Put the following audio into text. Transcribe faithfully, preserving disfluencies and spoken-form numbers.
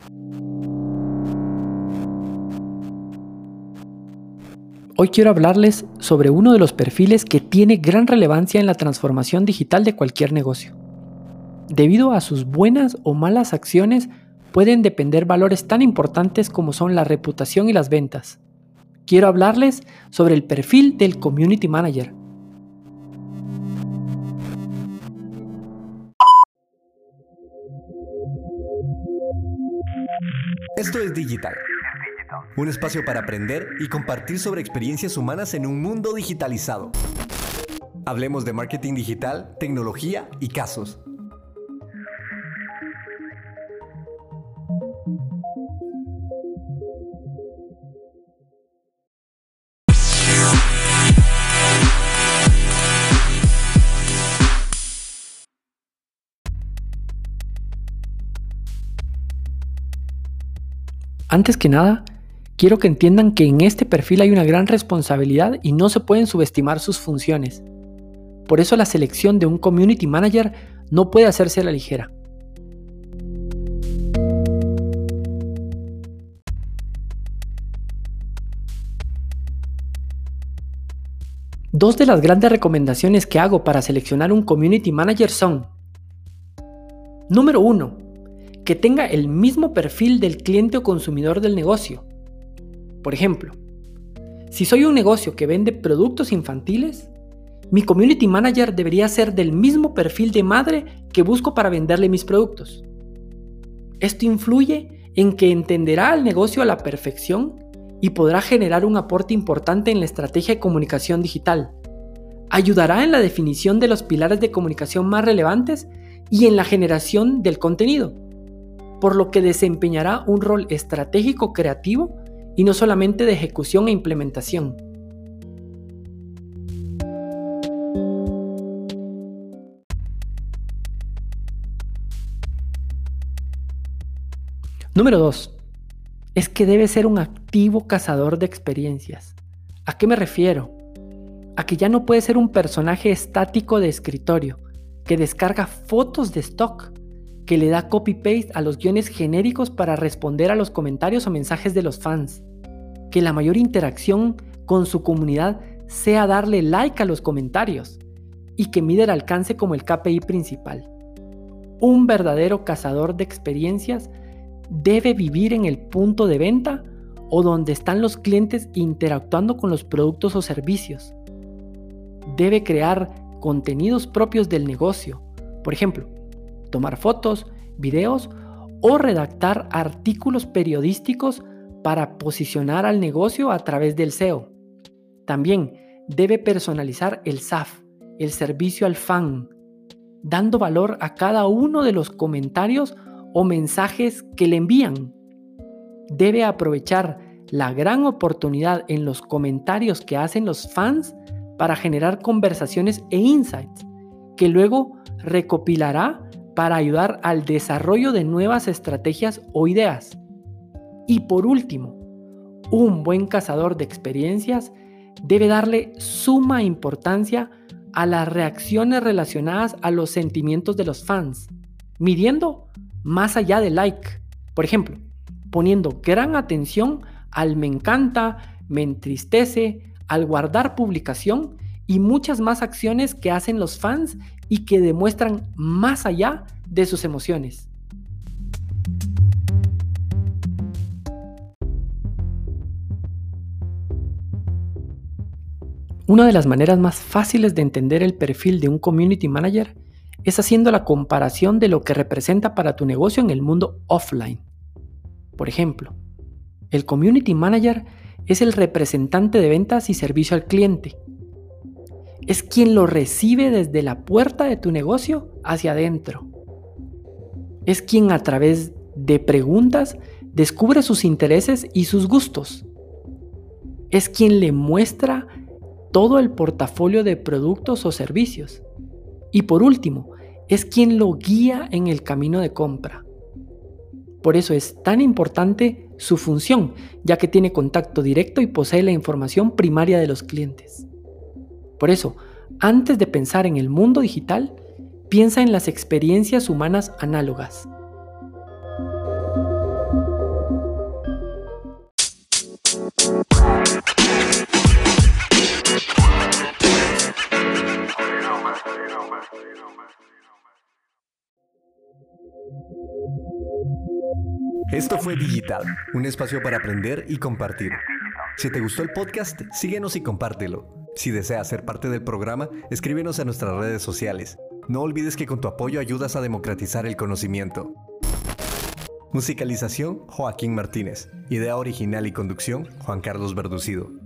Hoy quiero hablarles sobre uno de los perfiles que tiene gran relevancia en la transformación digital de cualquier negocio. Debido a sus buenas o malas acciones, pueden depender valores tan importantes como son la reputación y las ventas. Quiero hablarles sobre el perfil del Community Manager. Esto es Digital, un espacio para aprender y compartir sobre experiencias humanas en un mundo digitalizado. Hablemos de marketing digital, tecnología y casos. Antes que nada, quiero que entiendan que en este perfil hay una gran responsabilidad y no se pueden subestimar sus funciones. Por eso la selección de un Community Manager no puede hacerse a la ligera. Dos de las grandes recomendaciones que hago para seleccionar un Community Manager son: número uno. Que tenga el mismo perfil del cliente o consumidor del negocio. Por ejemplo, si soy un negocio que vende productos infantiles, mi Community Manager debería ser del mismo perfil de madre que busco para venderle mis productos. Esto influye en que entenderá el negocio a la perfección y podrá generar un aporte importante en la estrategia de comunicación digital. Ayudará en la definición de los pilares de comunicación más relevantes y en la generación del contenido, por lo que desempeñará un rol estratégico creativo y no solamente de ejecución e implementación. Número dos. Es que debe ser un activo cazador de experiencias. ¿A qué me refiero? A que ya no puede ser un personaje estático de escritorio que descarga fotos de stock, que le da copy-paste a los guiones genéricos para responder a los comentarios o mensajes de los fans, que la mayor interacción con su comunidad sea darle like a los comentarios y que mide el alcance como el K P I principal. Un verdadero cazador de experiencias debe vivir en el punto de venta o donde están los clientes interactuando con los productos o servicios. Debe crear contenidos propios del negocio, por ejemplo, tomar fotos, videos o redactar artículos periodísticos para posicionar al negocio a través del S E O. También debe personalizar el S A F, el servicio al fan, dando valor a cada uno de los comentarios o mensajes que le envían. Debe aprovechar la gran oportunidad en los comentarios que hacen los fans para generar conversaciones e insights que luego recopilará para ayudar al desarrollo de nuevas estrategias o ideas. Y por último, un buen cazador de experiencias debe darle suma importancia a las reacciones relacionadas a los sentimientos de los fans, midiendo más allá de like. Por ejemplo, poniendo gran atención al me encanta, me entristece, al guardar publicación y muchas más acciones que hacen los fans y que demuestran más allá de sus emociones. Una de las maneras más fáciles de entender el perfil de un Community Manager es haciendo la comparación de lo que representa para tu negocio en el mundo offline. Por ejemplo, el Community Manager es el representante de ventas y servicio al cliente. Es quien lo recibe desde la puerta de tu negocio hacia adentro. Es quien a través de preguntas descubre sus intereses y sus gustos. Es quien le muestra todo el portafolio de productos o servicios. Y por último, es quien lo guía en el camino de compra. Por eso es tan importante su función, ya que tiene contacto directo y posee la información primaria de los clientes. Por eso, antes de pensar en el mundo digital, piensa en las experiencias humanas análogas. Esto fue Digital, un espacio para aprender y compartir. Si te gustó el podcast, síguenos y compártelo. Si deseas ser parte del programa, escríbenos a nuestras redes sociales. No olvides que con tu apoyo ayudas a democratizar el conocimiento. Musicalización, Joaquín Martínez. Idea original y conducción, Juan Carlos Verducido.